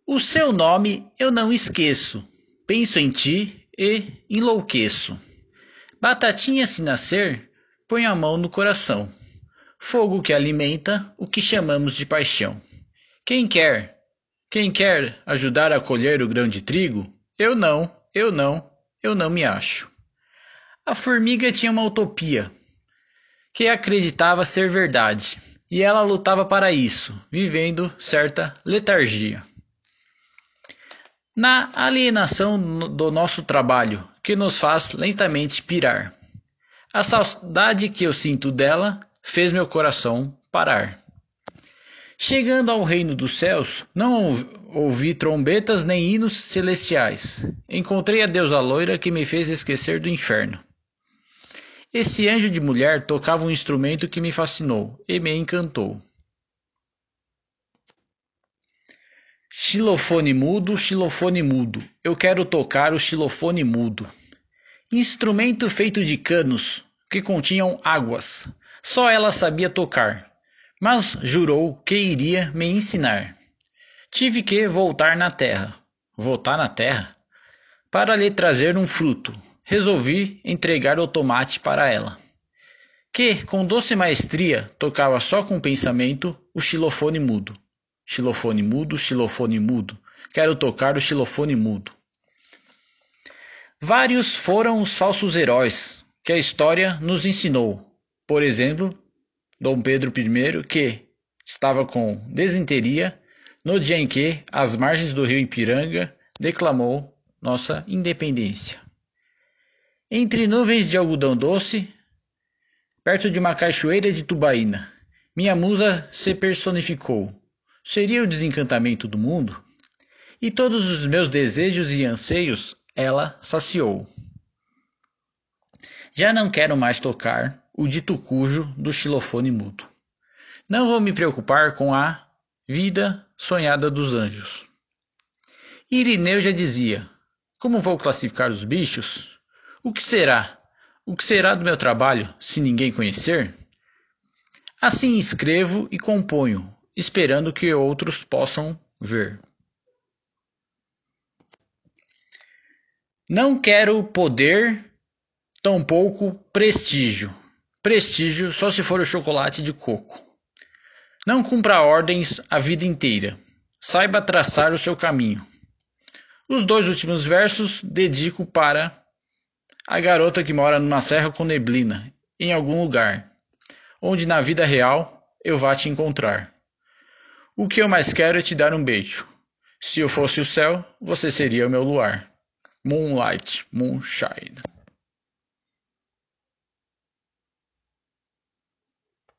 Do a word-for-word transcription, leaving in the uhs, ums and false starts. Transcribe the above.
O seu nome eu não esqueço, penso em ti e enlouqueço. Batatinha se nascer, põe a mão no coração. Fogo que alimenta o que chamamos de paixão. Quem quer? Quem quer ajudar a colher o grão de trigo? Eu não, eu não, eu não me acho. A formiga tinha uma utopia, que acreditava ser verdade, e ela lutava para isso, vivendo certa letargia. Na alienação do nosso trabalho, que nos faz lentamente pirar. A saudade que eu sinto dela fez meu coração parar. Chegando ao reino dos céus, não ouvi trombetas nem hinos celestiais. Encontrei a deusa loira que me fez esquecer do inferno. Esse anjo de mulher tocava um instrumento que me fascinou e me encantou. Xilofone mudo, xilofone mudo, eu quero tocar o xilofone mudo. Instrumento feito de canos que continham águas. Só ela sabia tocar, mas jurou que iria me ensinar. Tive que voltar na terra, voltar na terra, para lhe trazer um fruto. Resolvi entregar o tomate para ela, que com doce maestria tocava só com pensamento o xilofone mudo. Xilofone mudo, xilofone mudo, quero tocar o xilofone mudo. Vários foram os falsos heróis que a história nos ensinou. Por exemplo, Dom Pedro I, que estava com desinteria no dia em que, às margens do rio Ipiranga, declamou nossa independência. Entre nuvens de algodão doce, perto de uma cachoeira de tubaína, minha musa se personificou. Seria o desencantamento do mundo? E todos os meus desejos e anseios ela saciou. Já não quero mais tocar o dito cujo do xilofone mudo. Não vou me preocupar com a vida sonhada dos anjos. Irineu já dizia, como vou classificar os bichos? O que será? O que será do meu trabalho se ninguém conhecer? Assim escrevo e componho, esperando que outros possam ver. Não quero poder, tampouco prestígio. Prestígio só se for o chocolate de coco. Não cumpra ordens a vida inteira. Saiba traçar o seu caminho. Os dois últimos versos dedico para a garota que mora numa serra com neblina, em algum lugar, onde na vida real eu vá te encontrar. O que eu mais quero é te dar um beijo. Se eu fosse o céu, você seria o meu luar. Moonlight, moonshine.